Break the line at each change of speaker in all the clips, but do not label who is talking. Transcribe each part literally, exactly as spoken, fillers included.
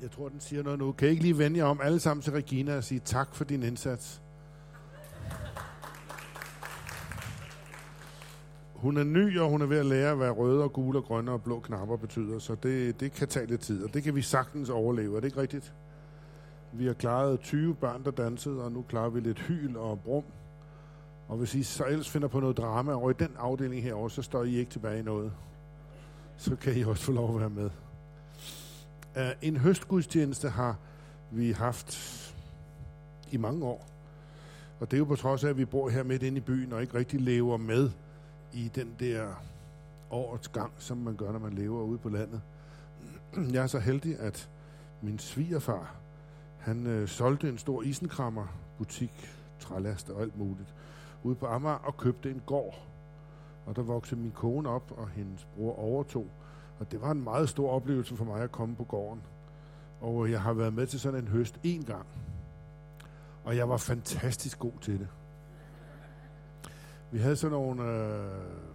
Jeg tror, den siger noget nu. Kan I ikke lige vende jer om alle sammen til Regina og sige tak for din indsats? Hun er ny, og hun er ved at lære, hvad røde og gule og grønne og blå knapper betyder, så det, det kan tage lidt tid, og det kan vi sagtens overleve. Er det ikke rigtigt? Vi har klaret tyve børn, der dansede, og nu klarer vi lidt hyl og brum. Og hvis I så ellers finder på noget drama over i den afdeling herovre, så står I ikke tilbage i noget. Så kan I også få lov at være med. Uh, en høstgudstjeneste har vi haft i mange år. Og det er jo på trods af, at vi bor her midt inde i byen og ikke rigtig lever med i den der årets gang, som man gør, når man lever ude på landet. Jeg er så heldig, at min svigerfar, han øh, solgte en stor isenkrammer, butik, trælast og alt muligt, ude på Amager og købte en gård. Og der voksede min kone op, og hendes bror overtog. Og det var en meget stor oplevelse for mig at komme på gården. Og jeg har været med til sådan en høst én gang. Og jeg var fantastisk god til det. Vi havde sådan nogle øh,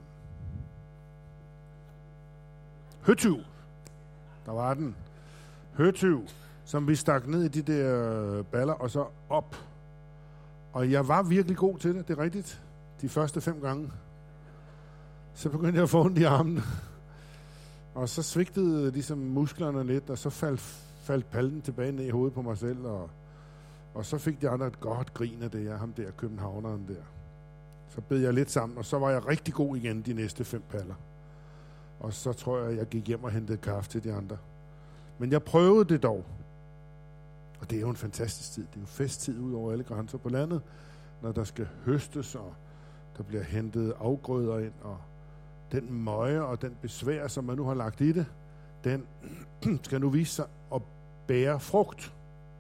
høtyv. Der var den. Høtyv, som vi stak ned i de der baller, og så op. Og jeg var virkelig god til det, det er rigtigt. De første fem gange. Så begyndte jeg at få ondt i armene. Og så svigtede ligesom musklerne lidt, og så faldt, faldt pallen tilbage ned i hovedet på mig selv. Og, og så fik de andre et godt grin af det, jeg ham der, københavneren der. Så bed jeg lidt sammen, og så var jeg rigtig god igen de næste fem paller. Og så tror jeg, jeg gik hjem og hentede kaffe til de andre. Men jeg prøvede det dog. Og det er jo en fantastisk tid. Det er jo festtid ud over alle grænser på landet, når der skal høstes, og der bliver hentet afgrøder ind, og den møje og den besvær, som man nu har lagt i det, den skal nu vise sig at bære frugt.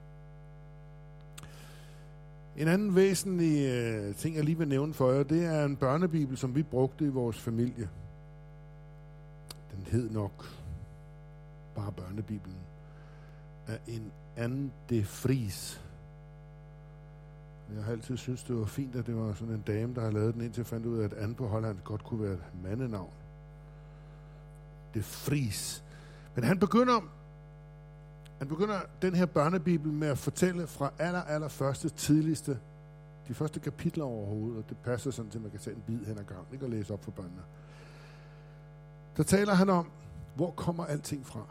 En anden væsentlig øh, ting, jeg lige vil nævne for jer, det er en børnebibel, som vi brugte i vores familie. Den hed nok bare børnebibelen. Af en Anne de Vries. Jeg har altid syntes, det var fint, at det var sådan en dame, der har lavet den, indtil jeg fandt ud af, at Anne på Holland godt kunne være et mandenavn. De Vries. Men han begynder, han begynder den her børnebibel med at fortælle fra aller, aller første, tidligste, de første kapitler overhovedet, og det passer sådan til, at man kan tage en bid hen ad gangen, ikke, og læse op for børnene. Der taler han om, hvor kommer alting fra?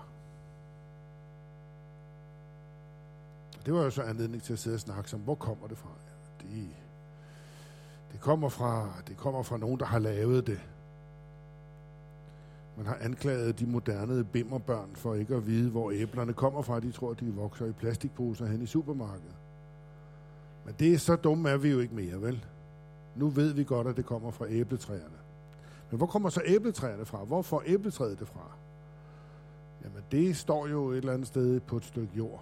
Det var jo så anledning til at sidde og snakke om, hvor kommer det fra? Det, det, kommer fra det kommer fra nogen, der har lavet det. Man har anklaget de moderne bimmerbørn for ikke at vide, hvor æblerne kommer fra. De tror, de vokser i plastikposer hen i supermarkedet. Men det er så dumme er vi jo ikke mere, vel? Nu ved vi godt, at det kommer fra æbletræerne. Men hvor kommer så æbletræerne fra? Hvor får æbletræet det fra? Jamen, det står jo et eller andet sted på et stykke jord.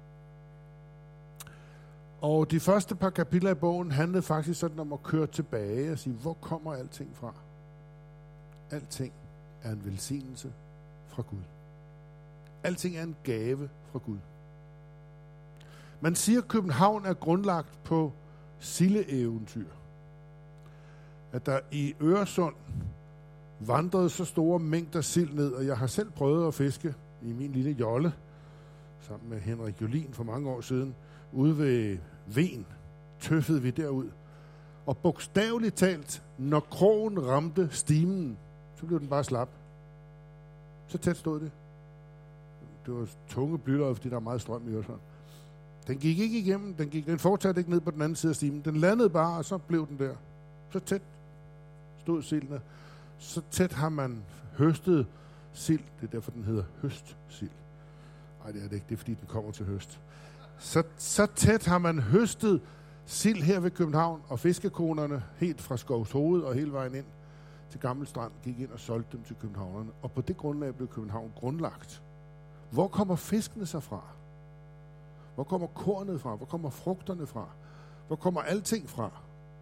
Og de første par kapitler i bogen handlede faktisk sådan om at køre tilbage og sige, hvor kommer alting fra? Alting er en velsignelse fra Gud. Alting er en gave fra Gud. Man siger, at København er grundlagt på sildeeventyr. At der i Øresund vandrede så store mængder sild ned, og jeg har selv prøvet at fiske i min lille jolle, sammen med Henrik Jolin for mange år siden, ude ved Ven, tøffede vi derud. Og bogstaveligt talt, når krogen ramte stimen, så blev den bare slap. Så tæt stod det. Det var tunge blyløg, fordi der er meget strøm i Øresund. Den gik ikke igennem, den, gik, den fortsatte ikke ned på den anden side af stimen. Den landede bare, og så blev den der. Så tæt stod sildene. Så tæt har man høstet sild. Det er derfor, den hedder høstsild. Nej, det er det ikke. Det er, fordi den kommer til høst. Så, så tæt har man høstet sild her ved København, og fiskekonerne helt fra Skovshoved og hele vejen ind til Gammel Strand gik ind og solgte dem til københavnerne. Og på det grundlag blev København grundlagt. Hvor kommer fiskene sig fra? Hvor kommer kornet fra? Hvor kommer frugterne fra? Hvor kommer alting fra?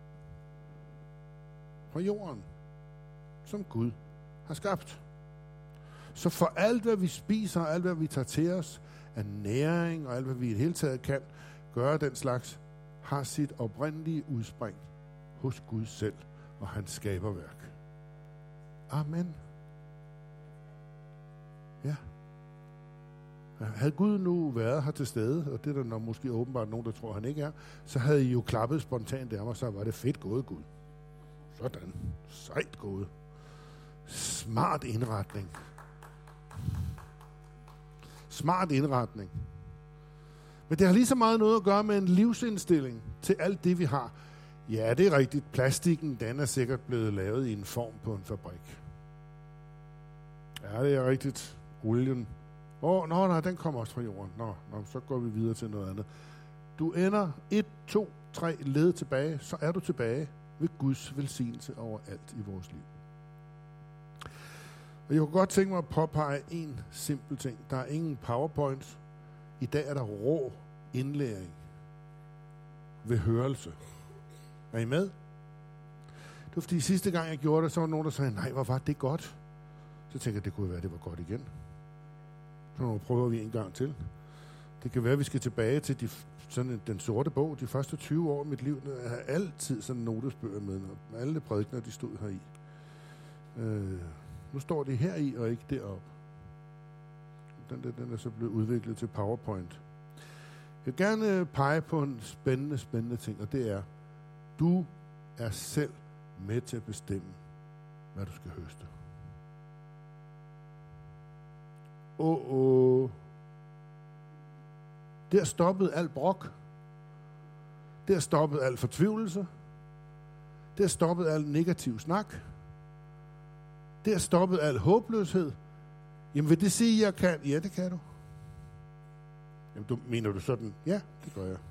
Fra jorden, som Gud har skabt. Så for alt, hvad vi spiser, og alt, hvad vi tager til os, af næring og alt, hvad vi i det hele taget kan gøre den slags, har sit oprindelige udspring hos Gud selv og hans skaberværk. Amen. Ja. Havde Gud nu været her til stede, og det er der nok måske åbenbart nogen, der tror, han ikke er, så havde I jo klappet spontant der, og så var det fedt gået, Gud. Sådan. Sejt gået. Smart indretning. Smart indretning. Men det har lige så meget noget at gøre med en livsindstilling til alt det, vi har. Ja, det er rigtigt. Plastikken, den er sikkert blevet lavet i en form på en fabrik. Ja, det er rigtigt. Olien. Åh, oh, nå, nej, den kommer også fra jorden. Nå, nå, så går vi videre til noget andet. Du ender et, to, tre led tilbage, så er du tilbage ved Guds velsignelse over alt i vores liv. Og jeg kunne godt tænke mig at påpege en simpel ting. Der er ingen PowerPoint. I dag er der rå indlæring ved hørelse. Er I med? Det var fordi sidste gang jeg gjorde det, så var der nogen, der sagde, nej, hvor var det godt. Så tænker jeg, det kunne være, det var godt igen. Så nu prøver vi en gang til. Det kan være, at vi skal tilbage til de, sådan den sorte bog. De første tyve år af mit liv, jeg har altid sådan notesbøger med. Alle prædikener, de stod heri. Øh, nu står de heri og ikke deroppe. Den, der, den er så blevet udviklet til PowerPoint. Jeg vil gerne pege på en spændende, spændende ting, og det er, du er selv med til at bestemme, hvad du skal høste. Åh, oh, oh. Der stoppede alt brok. Der stoppede al fortvivlelse. Der stoppede al negativ snak. Der stoppede al håbløshed. Jamen vil det sige, at jeg kan? Ja, det kan du. Jamen du, mener du sådan? Ja, det gør jeg.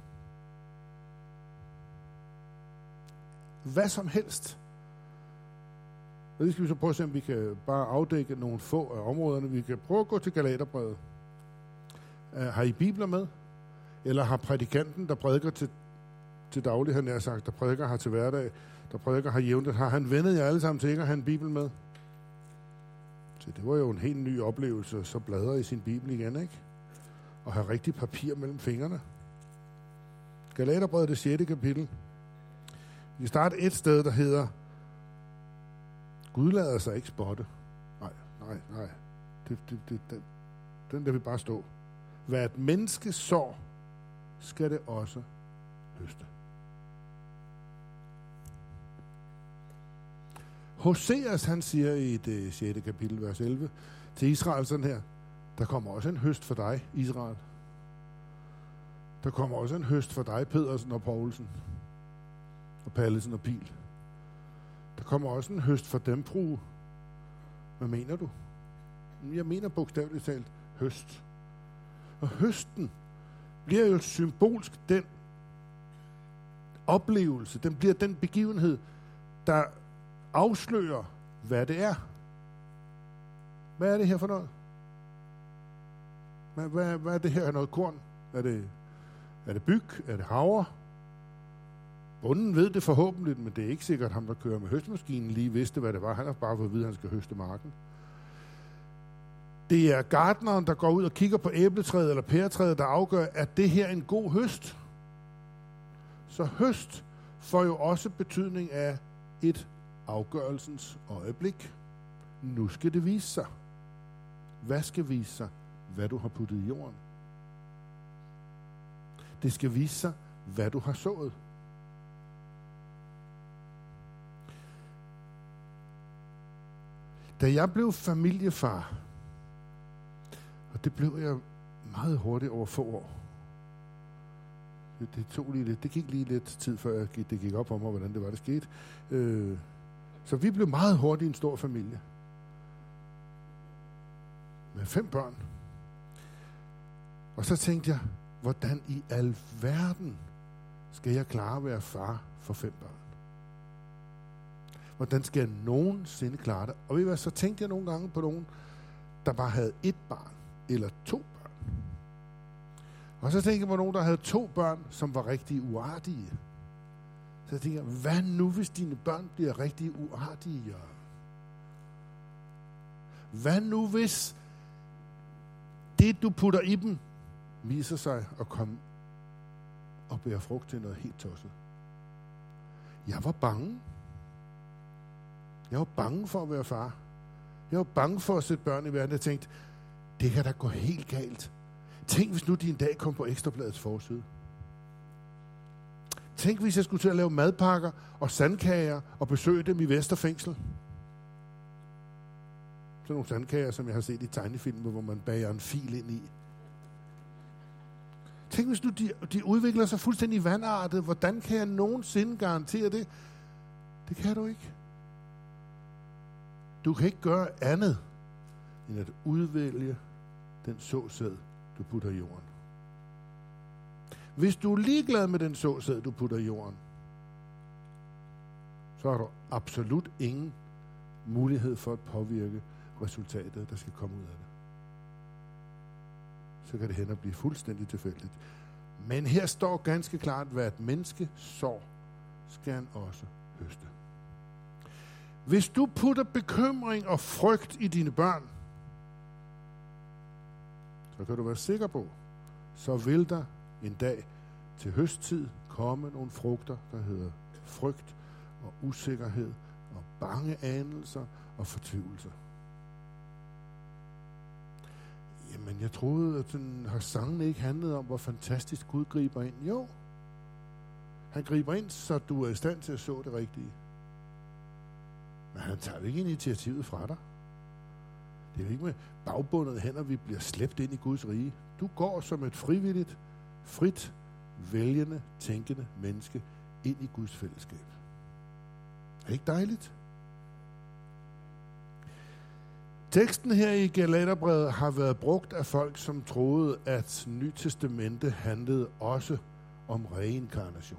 Hvad som helst. Og det skal vi så prøve at se, om vi kan bare afdække nogle få af områderne. Vi kan prøve at gå til Galaterbrevet. Uh, har I bibler med? Eller har prædikanten, der prædiker til, til daglig, han har sagt, der prædiker her til hverdag, der prædiker her jævnligt, har han vendet jer alle sammen til ikke at have en bibel med? Så det var jo en helt ny oplevelse, så bladrer i sin bibel igen, ikke? Og have rigtig papir mellem fingrene. Galaterbrevet, det sjette kapitel. Vi kan starte et sted, der hedder, Gud lader sig ikke spotte. Nej, nej, nej. Det, det, det, det, den der vil bare stå. Hvad et menneske sår, skal det også høste. Hoseas, han siger i det sjette kapitel, vers elleve, til Israel sådan her, der kommer også en høst for dig, Israel. Der kommer også en høst for dig, Pedersen og Poulsen, og Pallesen og Pil. Der kommer også en høst for dem, frue. Hvad mener du? Jeg mener bogstaveligt talt høst. Og høsten bliver jo symbolsk den oplevelse, den bliver den begivenhed, der afslører, hvad det er. Hvad er det her for noget? Hvad, hvad, hvad er det her? Er noget korn? Er det, er det byg? Er det havre? Bonden ved det forhåbentlig, men det er ikke sikkert, at ham, der kører med høstemaskinen, lige vidste, hvad det var. Han har bare fået at vide, at han skal høste marken. Det er gartneren, der går ud og kigger på æbletræet eller pæretræet, der afgør, at det her er en god høst. Så høst får jo også betydning af et afgørelsens øjeblik. Nu skal det vise sig. Hvad skal vise sig? Hvad du har puttet i jorden. Det skal vise sig, hvad du har sået. Da jeg blev familiefar, og det blev jeg meget hurtigt over få år. Det, det tog lige lidt. Det gik lige lidt tid, før jeg gik, det gik op for mig, hvordan det var, det skete. Øh, så vi blev meget hurtigt en stor familie. Med fem børn. Og så tænkte jeg, hvordan i alverden skal jeg klare at være far for fem børn? Hvordan skal jeg nogensinde klare det? Og ved I hvad, så tænkte jeg nogle gange på nogen, der bare havde et barn, eller to børn. Og så tænkte jeg på nogen, der havde to børn, som var rigtig uartige. Så jeg tænkte, hvad nu, hvis dine børn bliver rigtig uartige, Jørgen? Hvad nu, hvis det, du putter i dem, viser sig at komme og bære frugt til noget helt tosset? Jeg var bange. Jeg var bange for at være far. Jeg var bange for at sætte børn i verden. Jeg tænkte, det kan da gå helt galt. Tænk, hvis nu de en dag kom på Ekstrabladets forside. Tænk, hvis jeg skulle til at lave madpakker og sandkager og besøge dem i Vesterfængsel. Sådan nogle sandkager, som jeg har set i tegnefilmer, hvor man bager en fil ind i. Tænk, hvis nu de, de udvikler sig fuldstændig vandartet. Hvordan kan jeg nogensinde garantere det? Det kan du ikke. Du kan ikke gøre andet, end at udvælge den såsæd, du putter i jorden. Hvis du er ligeglad med den såsæd, du putter i jorden, så har du absolut ingen mulighed for at påvirke resultatet, der skal komme ud af det. Så kan det hen og blive fuldstændig tilfældigt. Men her står ganske klart, hvad et menneske sår, skal han også høste. Hvis du putter bekymring og frygt i dine børn, så kan du være sikker på, så vil der en dag til høsttid komme nogle frugter, der hedder frygt og usikkerhed og bange anelser og fortvivlelse. Jamen, jeg troede, at den her sangen ikke handlede om, hvor fantastisk Gud griber ind. Jo, han griber ind, så du er i stand til at så det rigtige. Men han tager ikke initiativet fra dig. Det er jo ikke med bagbundede hænder, vi bliver slæbt ind i Guds rige. Du går som et frivilligt, frit, vælgende, tænkende menneske ind i Guds fællesskab. Er det ikke dejligt? Teksten her i Galaterbrevet har været brugt af folk, som troede, at Nyt Testamente handlede også om reinkarnation.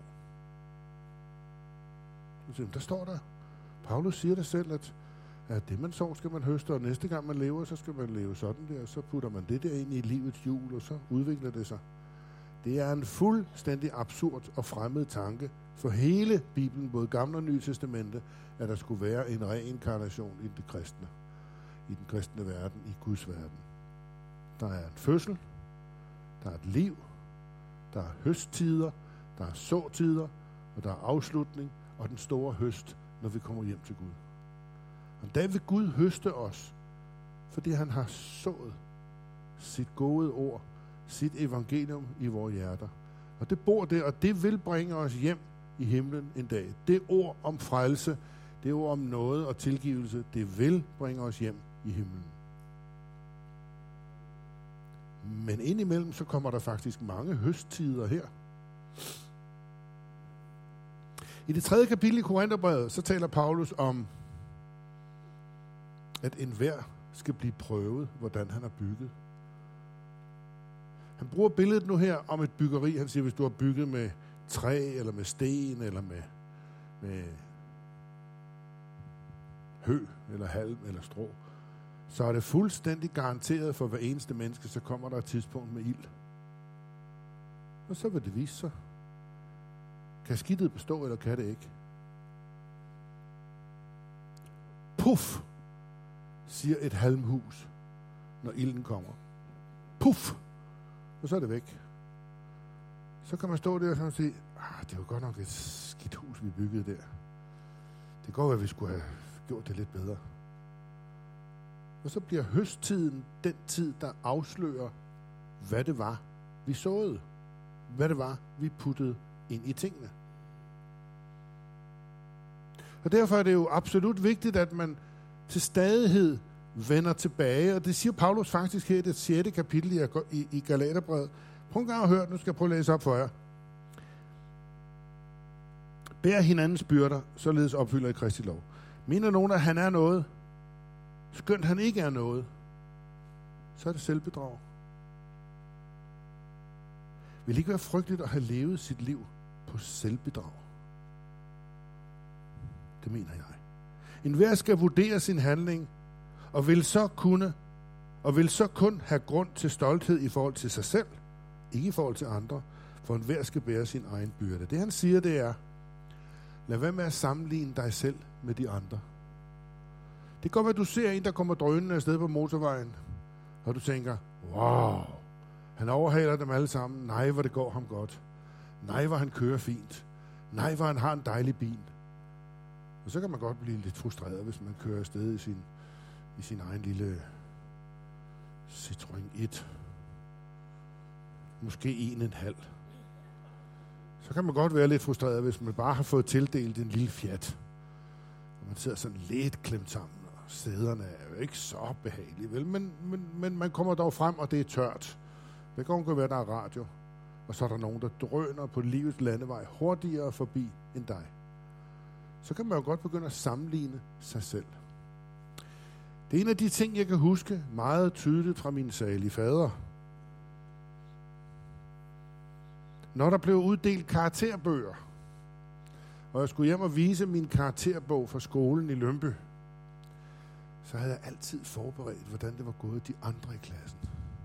Der står der, Paulus siger det selv, at, at det man sår, skal man høste, og næste gang man lever, så skal man leve sådan der, og så putter man det der ind i livets hjul, og så udvikler det sig. Det er en fuldstændig absurd og fremmed tanke for hele Bibelen, både Gamle og Nye Testamente, at der skulle være en reinkarnation i det kristne, i den kristne verden, i Guds verden. Der er en fødsel, der er et liv, der er høsttider, der er såtider, og der er afslutning, og den store høst, når vi kommer hjem til Gud. Og der vil Gud høste os, fordi han har sået sit gode ord, sit evangelium i vores hjerter. Og det bor der, og det vil bringe os hjem i himlen en dag. Det ord om frelse, det ord om nåde og tilgivelse, det vil bringe os hjem i himlen. Men indimellem så kommer der faktisk mange høsttider her. I det tredje kapitel i Korintherbrevet, så taler Paulus om, at enhver skal blive prøvet, hvordan han er bygget. Han bruger billedet nu her om et byggeri. Han siger, hvis du har bygget med træ, eller med sten, eller med, med hø, eller halm, eller strå, så er det fuldstændig garanteret for hver eneste menneske, så kommer der et tidspunkt med ild. Og så vil det vise sig. Kan skidtet bestå, eller kan det ikke? Puff, siger et halmhus, når ilden kommer. Puff, og så er det væk. Så kan man stå der og sige, ah, det var godt nok et skidt hus, vi byggede der. Det går, at vi skulle have gjort det lidt bedre. Og så bliver høsttiden den tid, der afslører, hvad det var, vi såede. Hvad det var, vi puttede ind i tingene. Og derfor er det jo absolut vigtigt, at man til stadighed vender tilbage, og det siger Paulus faktisk her i det sjette kapitel i, i, i Galaterbrevet. Prøv en gang at høre, nu skal jeg prøve at læse op for jer. Bær hinandens byrder, således opfylder I Kristi lov. Mener nogen, at han er noget, skønt han ikke er noget, så er det selvbedrag. Vil det ikke være frygteligt at have levet sit liv på selvbedrag? Det mener jeg. Enhver skal vurdere sin handling, og vil så kunne, og vil så kun have grund til stolthed i forhold til sig selv, ikke i forhold til andre, for enhver skal bære sin egen byrde. Det han siger, det er, lad være med at sammenligne dig selv med de andre. Det kan godt være, at du ser en, der kommer drønende afsted på motorvejen, og du tænker, wow, han overhaler dem alle sammen. Nej, hvor det går ham godt. Nej, hvor han kører fint. Nej, hvor han har en dejlig bil. Og så kan man godt blive lidt frustreret, hvis man kører afsted i sin, i sin egen lille Citroën et. måske en og en halv. Så kan man godt være lidt frustreret, hvis man bare har fået tildelt en lille Fiat. Og man sidder sådan lidt klemt sammen, og sæderne er jo ikke så behagelige, vel? Men, men, men man kommer dog frem, og det er tørt. Det kan godt være, der er radio. Og så er der nogen, der drøner på livets landevej hurtigere forbi end dig. Så kan man jo godt begynde at sammenligne sig selv. Det er en af de ting, jeg kan huske meget tydeligt fra min salige fader. Når der blev uddelt karakterbøger, og jeg skulle hjem og vise min karakterbog fra skolen i Lyngby, så havde jeg altid forberedt, hvordan det var gået de andre i klassen.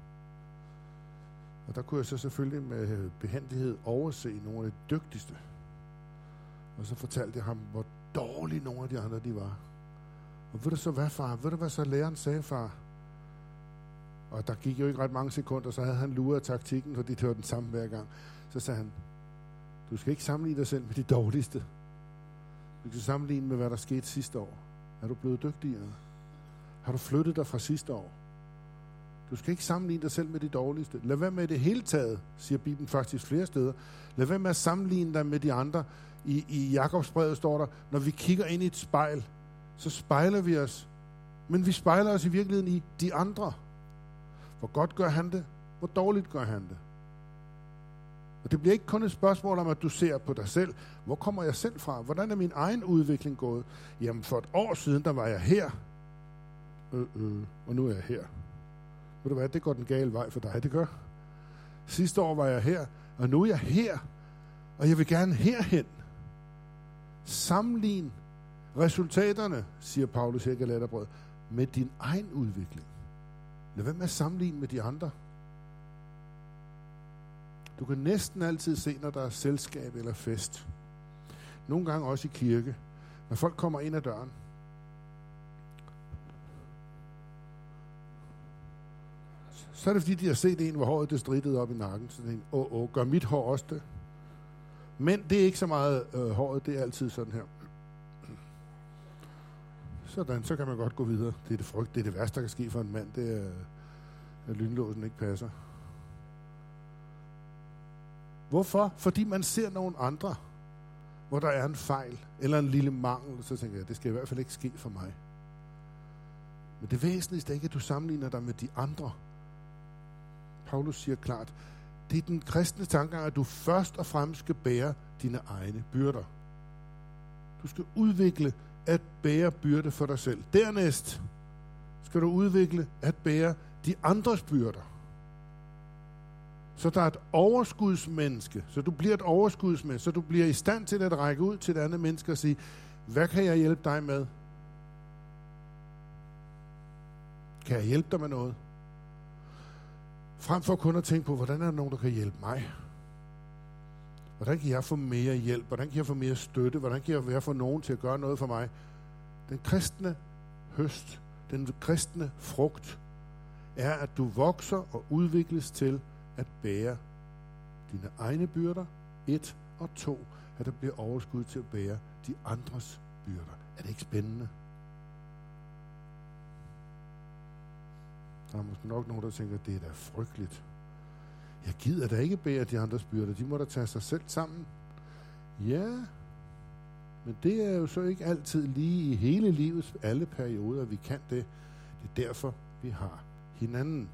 Og der kunne jeg så selvfølgelig med behændighed overse nogle af de dygtigste. Og så fortalte jeg ham, hvor dårlige nogle af de andre de var. Og ved du så hvad, far? Ved du hvad så læreren sagde, far? Og der gik jo ikke ret mange sekunder, så havde han luret taktikken, fordi det var den samme hver gang. Så sagde han, du skal ikke sammenligne dig selv med de dårligste. Du skal sammenligne med, hvad der skete sidste år. Er du blevet dygtigere? Har du flyttet dig fra sidste år? Du skal ikke sammenligne dig selv med de dårligste. Lad være med det hele taget, siger Bibelen faktisk flere steder. Lad være med at sammenligne dig med de andre. I, i Jakobsbrevet står der, når vi kigger ind i et spejl, så spejler vi os. Men vi spejler os i virkeligheden i de andre. Hvor godt gør han det? Hvor dårligt gør han det? Og det bliver ikke kun et spørgsmål om, at du ser på dig selv. Hvor kommer jeg selv fra? Hvordan er min egen udvikling gået? Jamen for et år siden, der var jeg her. Øh, øh, og nu er jeg her. Ved du hvad, det går den gale vej for dig, det gør. Sidste år var jeg her, og nu er jeg her. Og jeg vil gerne herhen. Sammenlign resultaterne, siger Paulus her i Galaterbrevet, med din egen udvikling. Lad være med at sammenligne med de andre. Du kan næsten altid se, når der er selskab eller fest. Nogle gange også i kirke. Når folk kommer ind ad døren. Så er det fordi, de har set en, hvor håret det strittede op i nakken. Så tænker åh, åh, gør mit hår også det? Men det er ikke så meget øh, håret, det er altid sådan her. Sådan, så kan man godt gå videre. Det er det frygt, det er det værste, der kan ske for en mand, det er, at lynlåsen ikke passer. Hvorfor? Fordi man ser nogle andre, hvor der er en fejl, eller en lille mangel, så tænker jeg, det skal i hvert fald ikke ske for mig. Men det væsentligste er ikke, at du sammenligner dig med de andre. Paulus siger klart, det er den kristne tankegang, at du først og fremmest skal bære dine egne byrder. Du skal udvikle at bære byrde for dig selv. Dernæst skal du udvikle at bære de andres byrder. Så der er et overskudsmenneske, så du bliver et overskudsmenneske, så du bliver i stand til at række ud til et andet menneske og sige, hvad kan jeg hjælpe dig med? Kan jeg hjælpe dig med noget? Frem for kun at tænke på, hvordan er der nogen, der kan hjælpe mig? Hvordan kan jeg få mere hjælp? Hvordan kan jeg få mere støtte? Hvordan kan jeg få nogen til at gøre noget for mig? Den kristne høst, den kristne frugt, er, at du vokser og udvikles til at bære dine egne byrder, et, og to, at der bliver overskud til at bære de andres byrder. Er det ikke spændende? Der er måske nok nogen, der tænker, at det er da frygteligt. Jeg gider da ikke bære de andres byrder. De må da tage sig selv sammen. Ja, men det er jo så ikke altid lige i hele livets alle perioder, vi kan det. Det er derfor, vi har hinanden.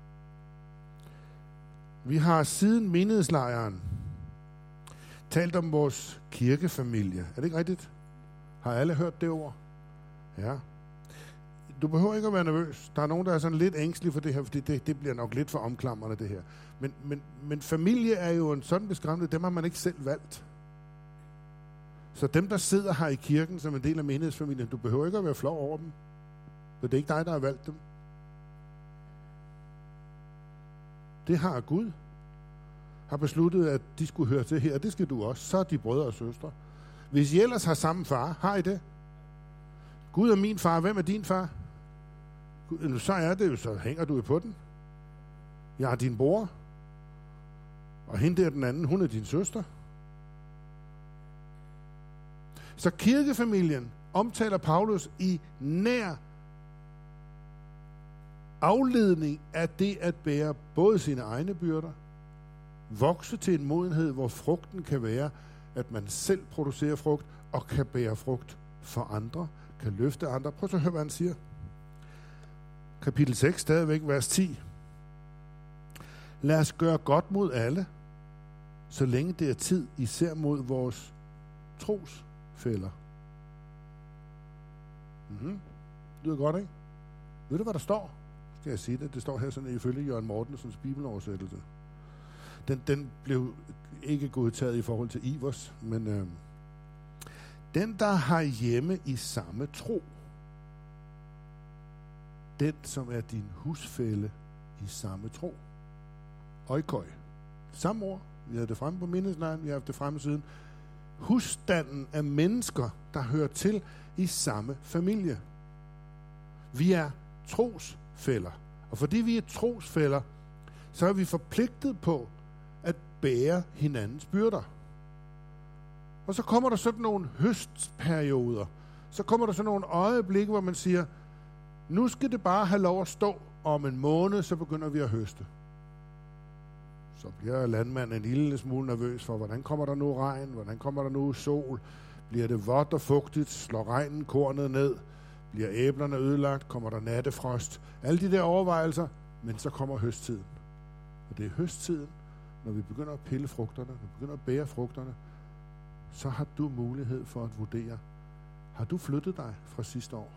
Vi har siden menighedslejren talt om vores kirkefamilie. Er det ikke rigtigt? Har alle hørt det ord? Ja. Du behøver ikke at være nervøs. Der er nogen, der er sådan lidt ængstelige for det her, fordi det, det bliver nok lidt for omklamrende, det her. Men, men, men familie er jo en sådan beskræmmende, dem har man ikke selv valgt. Så dem, der sidder her i kirken som en del af menighedsfamilien, du behøver ikke at være flov over dem. For det er ikke dig, der har valgt dem. Det har Gud. Har besluttet, at de skulle høre til her, det skal du også. Så er de brødre og søstre. Hvis I ellers har samme far, har I det? Gud er min far, hvem er din far? Gud, så er det jo, så hænger du jo på den. Jeg er din bror. Og hende der den anden, hun er din søster. Så kirkefamilien omtaler Paulus i nær afledning af det at bære både sine egne byrder vokse til en modenhed, hvor frugten kan være, at man selv producerer frugt, og kan bære frugt for andre, kan løfte andre. Prøv så at høre, hvad han siger. Kapitel seks, stadigvæk vers ti. Lad os gøre godt mod alle, så længe det er tid, især mod vores trosfæller. Mhm. Det lyder godt, ikke? Ved du, hvad der står? Skal jeg sige det? Det står her sådan ifølge Jørgen Mortensens bibeloversættelse. Den, den blev ikke godtaget i forhold til Ivers, men øh, den, der har hjemme i samme tro, den, som er din husfælle i samme tro. Oikoi. Samme ord. Vi havde det fremme på mindeslejen, vi har haft det fremme siden. Husstanden af mennesker, der hører til i samme familie. Vi er trosfæller. Og fordi vi er trosfæller, så er vi forpligtet på at bære hinandens byrder. Og så kommer der sådan nogle høstperioder. Så kommer der sådan nogle øjeblikke, hvor man siger, nu skal det bare have lov at stå, og om en måned, så begynder vi at høste. Så bliver landmanden en lille smule nervøs for, hvordan kommer der nu regn, hvordan kommer der nu sol, bliver det vådt og fugtigt, slår regnen kornet ned, bliver æblerne ødelagt, kommer der nattefrost, alle de der overvejelser, men så kommer høsttiden. Og det er høsttiden, når vi begynder at pille frugterne, når vi begynder at bære frugterne, så har du mulighed for at vurdere, har du flyttet dig fra sidste år?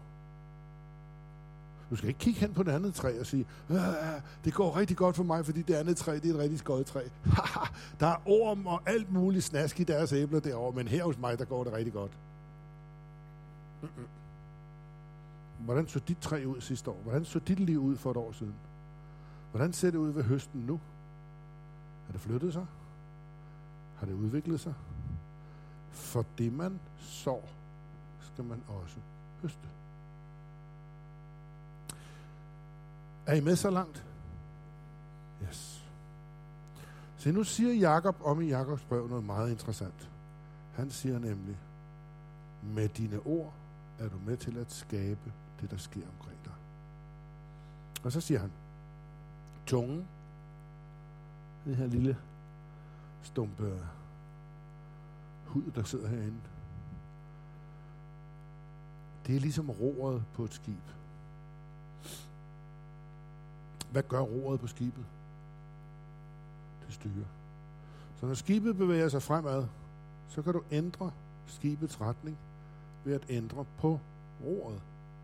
Du skal ikke kigge hen på det andet træ og sige, det går rigtig godt for mig, fordi det andet træ, det er et rigtig skødt træ. Der er orm og alt muligt snask i deres æbler derovre, men her hos mig, der går det rigtig godt. Mm-mm. Hvordan så dit træ ud sidste år? Hvordan så dit liv ud for et år siden? Hvordan ser det ud ved høsten nu? Har det flyttet sig? Har det udviklet sig? For det man sår, skal man også høste. Er I med så langt? Yes. Så nu siger Jakob om i Jakobs brev noget meget interessant. Han siger nemlig, med dine ord er du med til at skabe det, der sker omkring dig. Og så siger han, tungen, det her lille stumpe hud, der sidder herinde, det er ligesom roret på et skib. Hvad gør roret på skibet? Det styrer. Så når skibet bevæger sig fremad, så kan du ændre skibets retning ved at ændre på roret.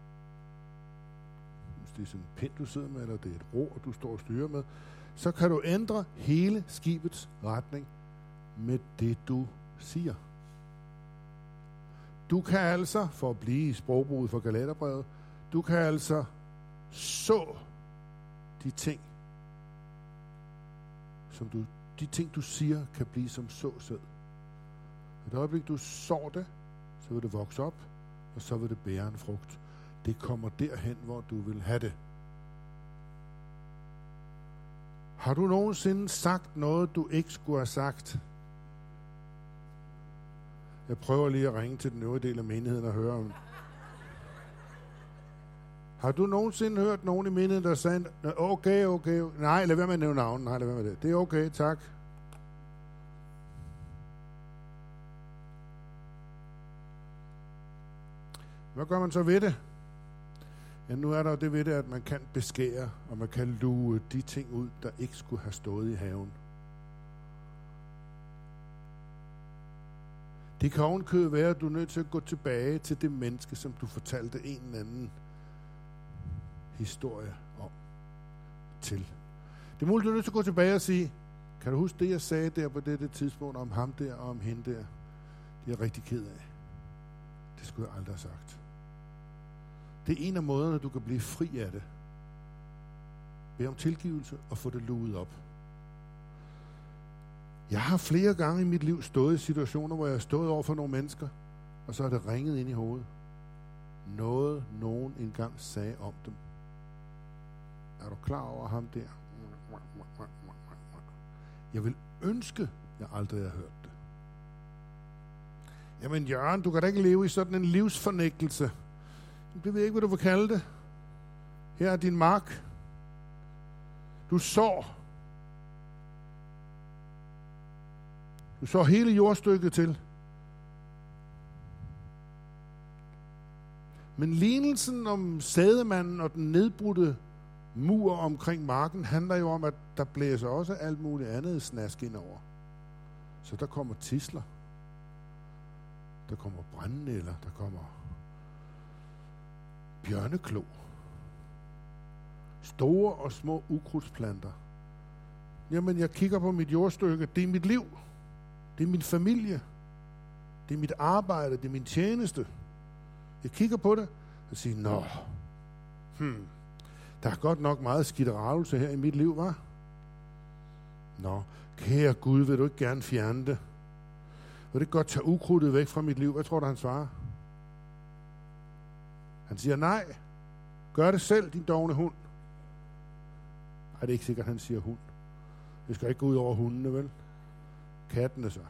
Hvis det er sådan en pind, du sidder med, eller det er et ror, du står og styrer med, så kan du ændre hele skibets retning med det, du siger. Du kan altså, for at blive i sprogbruget for Galaterbrevet, du kan altså så de ting, som du, de ting, du siger, kan blive som såsæd. Et øjeblik, du sår det, så vil det vokse op, og så vil det bære en frugt. Det kommer derhen, hvor du vil have det. Har du nogensinde sagt noget, du ikke skulle have sagt? Jeg prøver lige at ringe til den øvrige del af menigheden og høre om. Har du nogensinde hørt nogen i menigheden, der sagde, okay, okay, nej, lad være med at nævne navnet, nej, lad være med det. Det er okay, tak. Hvad gør man så ved det? Ja, nu er der jo det ved det, at man kan beskære, og man kan luge de ting ud, der ikke skulle have stået i haven. Det kan ovenkøbet være, at du er nødt til at gå tilbage til det menneske, som du fortalte en eller anden historie om til. Det er muligt, du er nødt til at gå tilbage og sige, kan du huske det, jeg sagde der på dette tidspunkt om ham der og om hende der? Det er jeg rigtig ked af. Det skulle jeg aldrig have sagt. Det er en af måderne, du kan blive fri af det. Bed om tilgivelse og få det luet op. Jeg har flere gange i mit liv stået i situationer, hvor jeg har stået over for nogle mennesker, og så har det ringet ind i hovedet. Noget, nogen engang sagde om dem. Er du klar over ham der? Jeg vil ønske, jeg aldrig har hørt det. Jamen Jørgen, du kan da ikke leve i sådan en livsfornægtelse. Det ved jeg ikke, hvad du vil kalde det. Her er din mark. Du sår. Du så hele jordstykket til. Men lignelsen om sædemanden og den nedbrudte mur omkring marken handler jo om, at der blæser også alt muligt andet snask ind over. Så der kommer tisler. Der kommer brændenælder. Der kommer bjørneklo. Store og små ukrudtsplanter. Jamen, jeg kigger på mit jordstykke. Det er mit liv. Det er min familie. Det er mit arbejde. Det er min tjeneste. Jeg kigger på det og siger, nå, hmm, der er godt nok meget skidteravelse her i mit liv, hva'? Nå, kære Gud, vil du ikke gerne fjerne det? Vil du ikke godt tage ukrudtet væk fra mit liv? Hvad tror du, han svarer? Han siger, nej, gør det selv, din dovne hund. Nej, det er ikke sikkert, han siger hund. Det skal ikke gå ud over hundene, vel? Kattene så.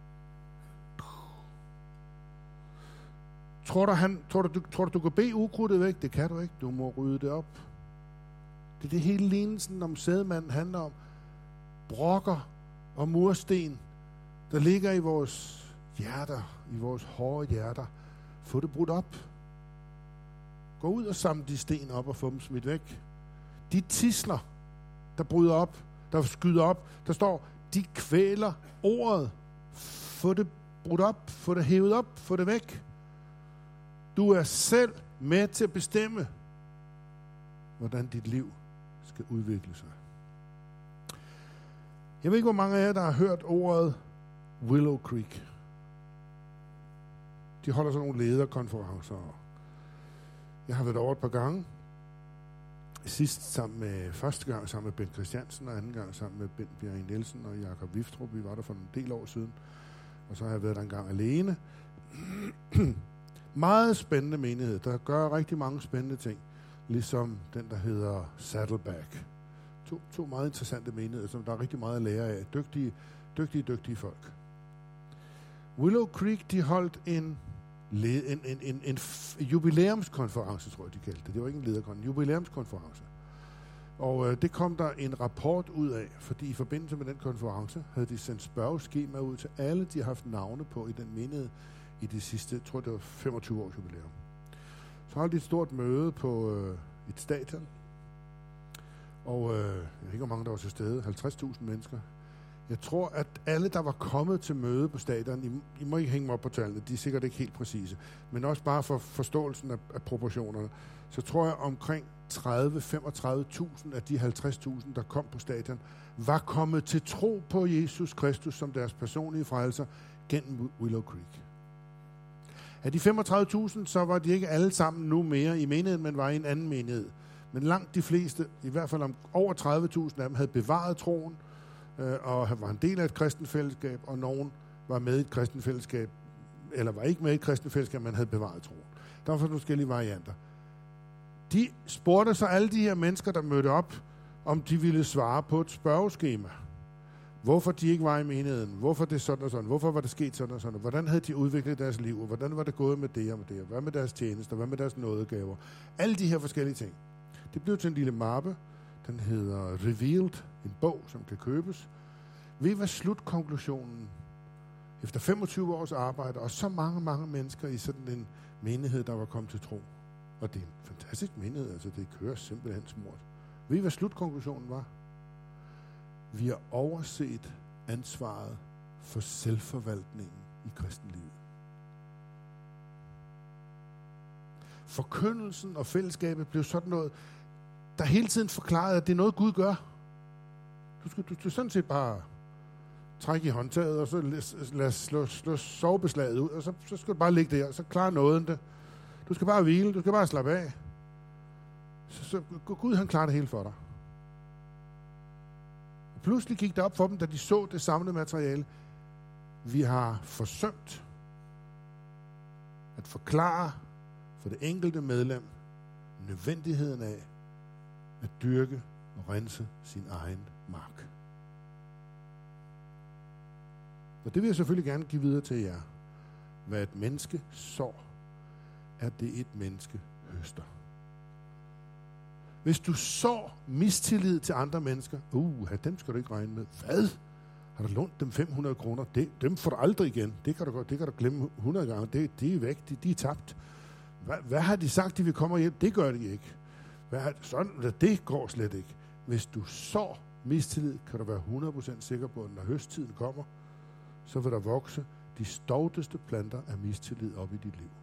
Tror du, han, tror, du, du, tror du, du kan bede ukrudtet væk? Det kan du ikke. Du må rydde det op. Det er det hele lignelsen om sædemanden handler om. Brokker og mursten, der ligger i vores hjerter, i vores hårde hjerter. Få det brudt op. Gå ud og samle de sten op og få dem smidt væk. De tisler, der bryder op, der skyder op, der står, de kvæler ordet. Få det brudt op, få det hævet op, få det væk. Du er selv med til at bestemme, hvordan dit liv skal udvikle sig. Jeg ved ikke, hvor mange af jer, der har hørt ordet Willow Creek. De holder sådan nogle lederkonferencer. Jeg har været over et par gange. Sidst sammen med, første gang sammen med Bent Christiansen, og anden gang sammen med Bent Bjerring Nielsen og Jakob Viftrup. Vi var der for en del år siden. Og så har jeg været der en gang alene. Meget spændende menighed, der gør rigtig mange spændende ting. Ligesom den, der hedder Saddleback. To, to meget interessante menigheder, som der er rigtig meget at lære af. Dygtige, dygtige, dygtige folk. Willow Creek, de holdt en, en, en, en, en, en jubilæumskonference, tror jeg, de kaldte det. Det var ikke en lederkonference, en jubilæumskonference. Og øh, det kom der en rapport ud af, fordi i forbindelse med den konference havde de sendt spørgeskema ud til alle, de har haft navne på i den menighed i de sidste, jeg tror det var femogtyve års jubilæum. Så holdt de et stort møde på øh, et stadion. Og øh, jeg ved ikke, hvor mange der var til stede. halvtreds tusind mennesker. Jeg tror, at alle, der var kommet til møde på stadion, I, I må ikke hænge mig op på tallene, de er sikkert ikke helt præcise, men også bare for forståelsen af, af proportionerne, så tror jeg omkring tredive til femogtredive tusind af de halvtreds tusind, der kom på stadion, var kommet til tro på Jesus Kristus som deres personlige frelser gennem Willow Creek. Af de femogtredive tusind, så var de ikke alle sammen nu mere i menigheden, men var i en anden menighed. Men langt de fleste, i hvert fald om over tredive tusind af dem, havde bevaret troen, øh, og var en del af et kristent fællesskab, og nogen var med i et kristent fællesskab, eller var ikke med i et kristent fællesskab, men havde bevaret troen. Der var for forskellige varianter. De spurgte så alle de her mennesker, der mødte op, om de ville svare på et spørgeskema. Hvorfor de ikke var i menigheden, hvorfor det sådan og sådan, hvorfor var det sket sådan og sådan, hvordan havde de udviklet deres liv, og hvordan var det gået med det og med det, hvad med deres tjenester, hvad med deres nådegaver. Alle de her forskellige ting. Det blev til en lille mappe, den hedder Revealed, en bog, som kan købes. Ved hvad slutkonklusionen efter femogtyve års arbejde, og så mange, mange mennesker i sådan en menighed, der var kommet til tro. Og det er en fantastisk menighed, altså det kører simpelthen smurt. Ved hvad slutkonklusionen var? Vi har overset ansvaret for selvforvaltningen i kristenlivet. Forkyndelsen og fællesskabet blev sådan noget, der hele tiden forklarede, at det er noget, Gud gør. Du skal, du, du sådan set bare trække i håndtaget, og så lad, lad slå, slå sovebeslaget ud, og så, så skal du bare ligge der, og så klarer nåden det. Du skal bare hvile, du skal bare slappe af. Så, så Gud, han klarer det hele for dig. Og pludselig gik det op for dem, da de så det samlede materiale. Vi har forsømt at forklare for det enkelte medlem nødvendigheden af at dyrke og rense sin egen mark. Og det vil jeg selvfølgelig gerne give videre til jer. Hvad et menneske sår, er det et menneske høster. Hvis du sår mistillid til andre mennesker, uh, dem skal du ikke regne med. Hvad? Har du lånt dem fem hundrede kroner? Det, dem får du aldrig igen. Det kan du, godt, det kan du glemme hundrede gange. Det, de er væk. De, de er tabt. Hvad, hvad har de sagt, de vil komme hjem? Det gør de ikke. Hvad har, sådan, det går slet ikke. Hvis du sår mistillid, kan du være hundrede procent sikker på, at når høsttiden kommer, så vil der vokse de stovteste planter af mistillid op i dit liv.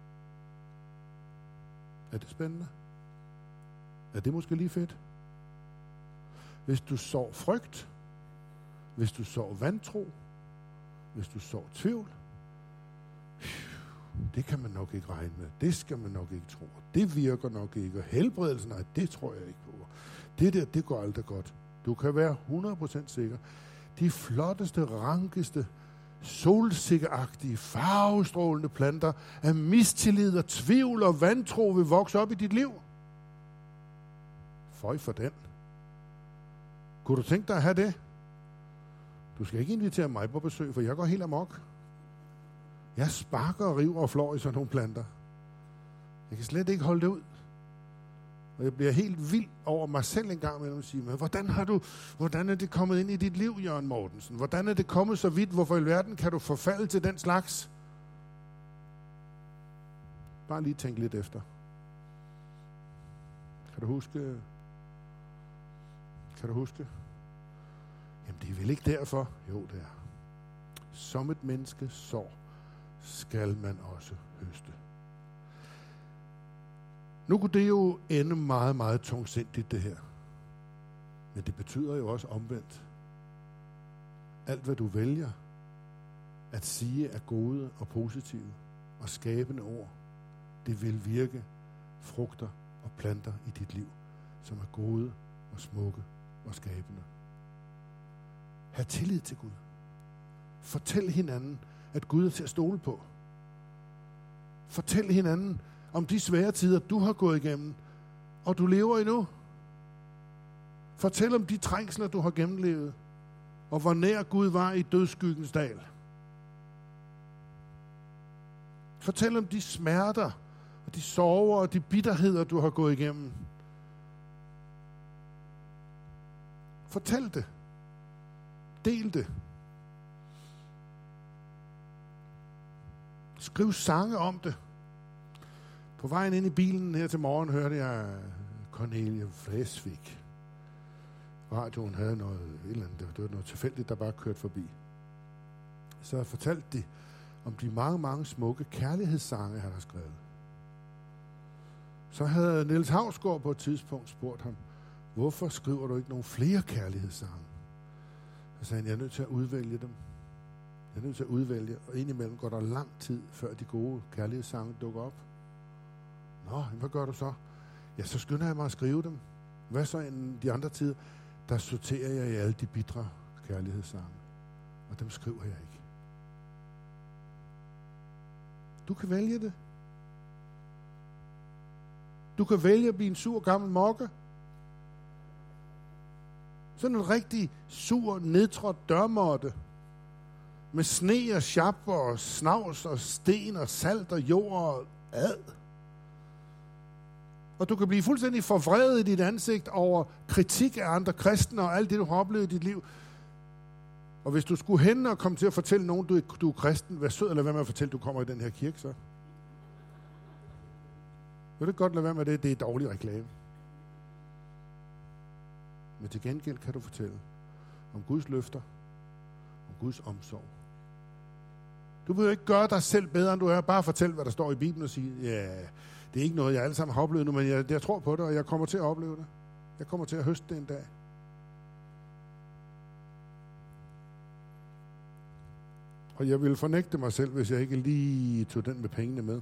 Er det spændende? Er det måske lige fedt? Hvis du sår frygt, hvis du sår vantro, hvis du sår tvivl, det kan man nok ikke regne med. Det skal man nok ikke tro. Det virker nok ikke. Og helbredelsen, nej, det tror jeg ikke på. Det der, det går aldrig godt. Du kan være hundrede procent sikker. De flotteste, rankeste, solsikkeagtige, farvestrålende planter af mistillid og tvivl og vantro vil vokse op i dit liv. Føj for den. Kunne du tænke dig at have det? Du skal ikke invitere mig på besøg, for jeg går helt amok. Jeg sparker og river og flår i sådan nogle planter. Jeg kan slet ikke holde det ud. Og jeg bliver helt vild over mig selv en gang med at sige, men hvordan har du, hvordan er det kommet ind i dit liv, Jørgen Mortensen? Hvordan er det kommet så vidt? Hvorfor i verden kan du forfalde til den slags? Bare lige tænk lidt efter. Kan du huske? Kan du huske? Jamen, det er vel ikke derfor? Jo, det er. Som et menneske sår, skal man også høste. Nu kunne det jo ende meget, meget tungsindigt, det her. Men det betyder jo også omvendt. Alt, hvad du vælger at sige er gode og positive og skabende ord, det vil virke frugter og planter i dit liv, som er gode og smukke og skabende. Ha' tillid til Gud. Fortæl hinanden, at Gud er til at stole på. Fortæl hinanden om de svære tider, du har gået igennem, og du lever endnu. Fortæl om de trængsler, du har gennemlevet, og hvor nær Gud var i dødsskyggens dal. Fortæl om de smerter, og de sorger, og de bitterheder, du har gået igennem. Fortæl det. Del det. Skriv sange om det. På vejen ind i bilen her til morgen hørte jeg Cornelia Vreeswijk. Radioen havde noget, et eller andet, det var noget tilfældigt, der bare kørte forbi. Så fortalte de om de mange, mange smukke kærlighedssange, han har skrevet. Så havde Niels Hausgaard på et tidspunkt spurgt ham, hvorfor skriver du ikke nogle flere kærlighedssange? Så sagde han, jeg er nødt til at udvælge dem. Jeg er nødt til at udvælge, og indimellem går der lang tid, før de gode kærlighedssange dukker op. Nå, hvad gør du så? Ja, så skynder jeg mig at skrive dem. Hvad så end de andre tider? Der sorterer jeg i alle de bitre kærlighedssange. Og dem skriver jeg ikke. Du kan vælge det. Du kan vælge at blive en sur gammel mokke. Sådan en rigtig sur, nedtrådt dørmåtte. Med sne og sjapper og snavs og sten og salt og jord og ad. Og du kan blive fuldstændig forvredet i dit ansigt over kritik af andre kristne og alt det, du har oplevet i dit liv. Og hvis du skulle hen og komme til at fortælle nogen, du er, du er kristen, vær sød, eller hvad med at fortælle, du kommer i den her kirke, så? Vil du godt lade være med det? Det er dårlig reklame. Men til gengæld kan du fortælle om Guds løfter, om Guds omsorg. Du behøver ikke gøre dig selv bedre, end du er. Bare fortæl, hvad der står i Bibelen og sige, ja, det er ikke noget, jeg alle sammen har oplevet nu, men jeg, jeg tror på det, og jeg kommer til at opleve det. Jeg kommer til at høste det en dag. Og jeg ville fornægte mig selv, hvis jeg ikke lige tog den med pengene med.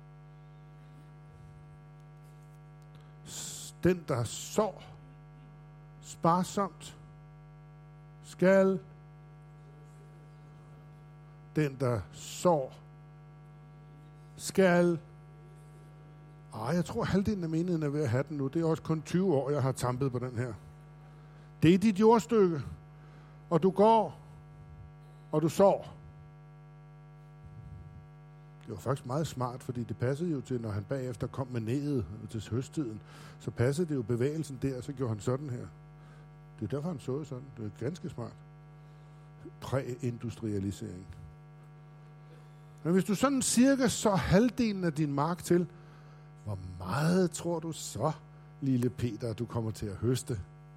Den, der sår sparsomt, skal. Den, der sår, skal. Ej, jeg tror, halvdelen af menigheden er ved at have den nu. Det er også kun tyve år, jeg har tampet på den her. Det er dit jordstykke, og du går, og du sår. Det var faktisk meget smart, fordi det passede jo til, når han bagefter kom med nædet til høsttiden, så passede det jo bevægelsen der, og så gjorde han sådan her. Det er derfor, han så sådan. Det er ganske smart. præindustrialisering. Men hvis du sådan cirka så halvdelen af din mark til, hvor meget tror du så, lille Peter, du kommer til at høste?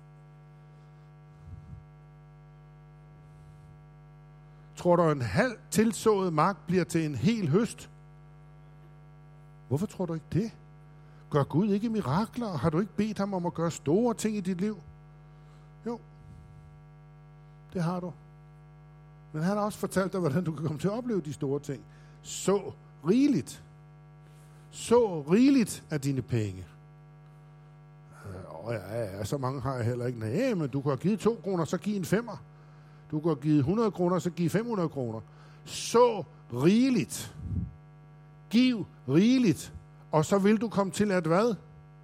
Tror du, en halv tilsået mark bliver til en hel høst? Hvorfor tror du ikke det? Gør Gud ikke mirakler? Har du ikke bedt ham om at gøre store ting i dit liv? Jo, det har du. Men han har også fortalt dig, hvordan du kan komme til at opleve de store ting. Så rigeligt. Så rigeligt af dine penge. Åh ja, ja, så mange har jeg heller ikke. Nej, men du kan have givet to kroner, så giv en femmer. Du kan have givet hundrede kroner, så giv fem hundrede kroner. Så rigeligt. Giv rigeligt. Og så vil du komme til at hvad?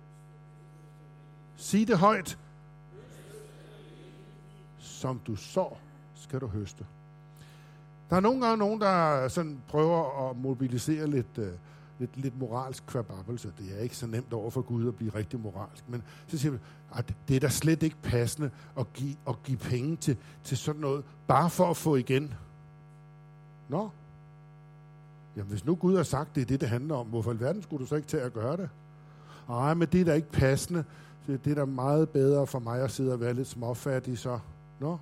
Sig det højt. Som du sår, skal du høste. Der er nogle gange nogen, der sådan prøver at mobilisere lidt, uh, lidt, lidt moralsk kvababbelse. Det er ikke så nemt over for Gud at blive rigtig moralsk. Men så siger vi, at det er da slet ikke passende at give, at give penge til, til sådan noget, bare for at få igen. Nå? Jamen, hvis nu Gud har sagt, det er det, det handler om, hvorfor i alverden skulle du så ikke til at gøre det? Nej, men det er da ikke passende. Det er da meget bedre for mig at sidde og være lidt småfattig, så... Nå?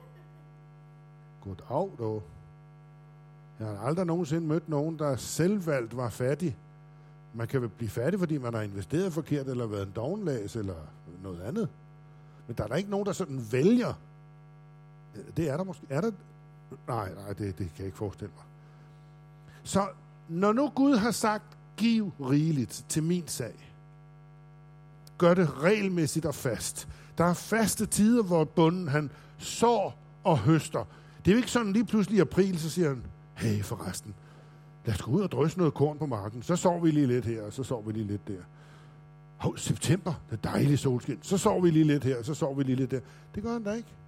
Goddag, dog. Jeg har aldrig nogensinde mødt nogen, der selvvalgt var fattig. Man kan vel blive fattig, fordi man har investeret forkert, eller været en dovenlæs, eller noget andet. Men der er der ikke nogen, der sådan vælger. Det er der måske. Er der? Nej, nej, det, det kan jeg ikke forestille mig. Så når nu Gud har sagt, giv rigeligt til min sag, gør det regelmæssigt og fast. Der er faste tider, hvor bunden han sår og høster. Det er jo ikke sådan lige pludselig i april, så siger han, hey forresten, lad os gå ud og drysse noget korn på marken. Så sår vi lige lidt her, og så sår vi lige lidt der. Hov, september, det er dejligt solskin. Så sår vi lige lidt her, og så sår vi lige lidt der. Det gør han da ikke.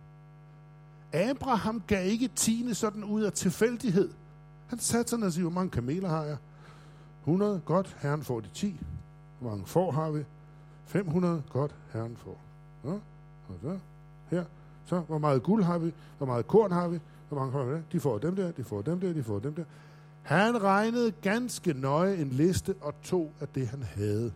Abraham gav ikke tiende sådan ud af tilfældighed. Han satte sig og siger, hvor mange kameler har jeg? hundrede, godt, Herren får de ti. Hvor mange får har vi? fem hundrede, godt, Herren får. Ja, og så, her. Så, hvor meget guld har vi? Hvor meget korn har vi? Hvor mange har vi der? De får dem der, de får dem der, de får dem der. Han regnede ganske nøje en liste og tog af det, han havde.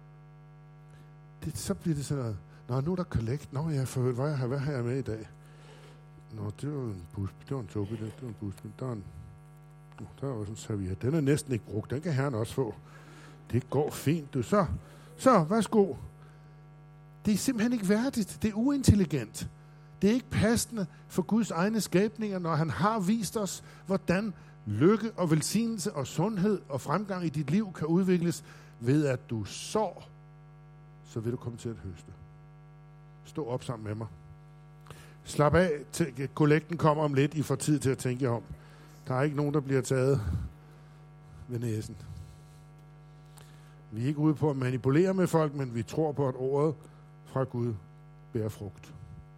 Det, så bliver det sådan noget. Nå, nu er der collect. Nå, ja, for hvad har, hvad har jeg med i dag? Nå, det var en bus. Det var en tobe, det var en bus. Der er en, oh, der er også en serviet. Den er næsten ikke brugt. Den kan Herren også få. Det går fint, du. Så, så, værsgo. Det er simpelthen ikke værdigt. Det er uintelligent. Det er ikke passende for Guds egne skabninger, når han har vist os, hvordan lykke og velsignelse og sundhed og fremgang i dit liv kan udvikles ved, at du sår, så vil du komme til at høste. Stå op sammen med mig. Slap af, til kollekten kommer om lidt. I får tid til at tænke jer om. Der er ikke nogen, der bliver taget ved næsen. Vi er ikke ude på at manipulere med folk, men vi tror på, at ordet fra Gud bærer frugt.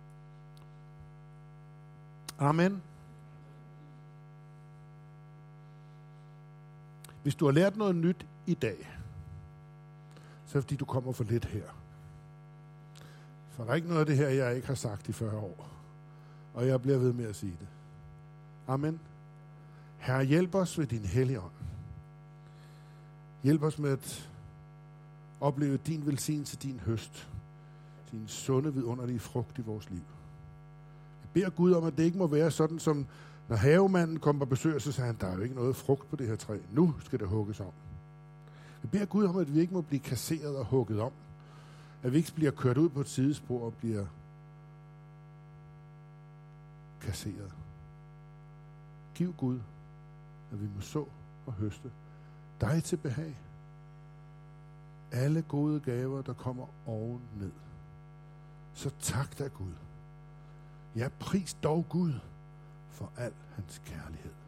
Amen. Hvis du har lært noget nyt i dag, så er det fordi, du kommer for lidt her. For der er ikke noget af det her, jeg ikke har sagt i fyrre år. Og jeg bliver ved med at sige det. Amen. Herre, hjælp os ved din hellige ånd. Hjælp os med at opleve din velsignelse, din høst, din sunde, vidunderlige frugt i vores liv. Jeg beder Gud om, at det ikke må være sådan, som når havemanden kommer på besøg, så siger han, der er jo ikke noget frugt på det her træ. Nu skal det hugges om. Jeg beder Gud om, at vi ikke må blive kasseret og hugget om. At vi ikke bliver kørt ud på et sidespor og bliver kasseret. Giv Gud, at vi må så og høste dig til behag. Alle gode gaver, der kommer oven ned. Så tak dig Gud. Ja, pris dog Gud for al hans kærlighed.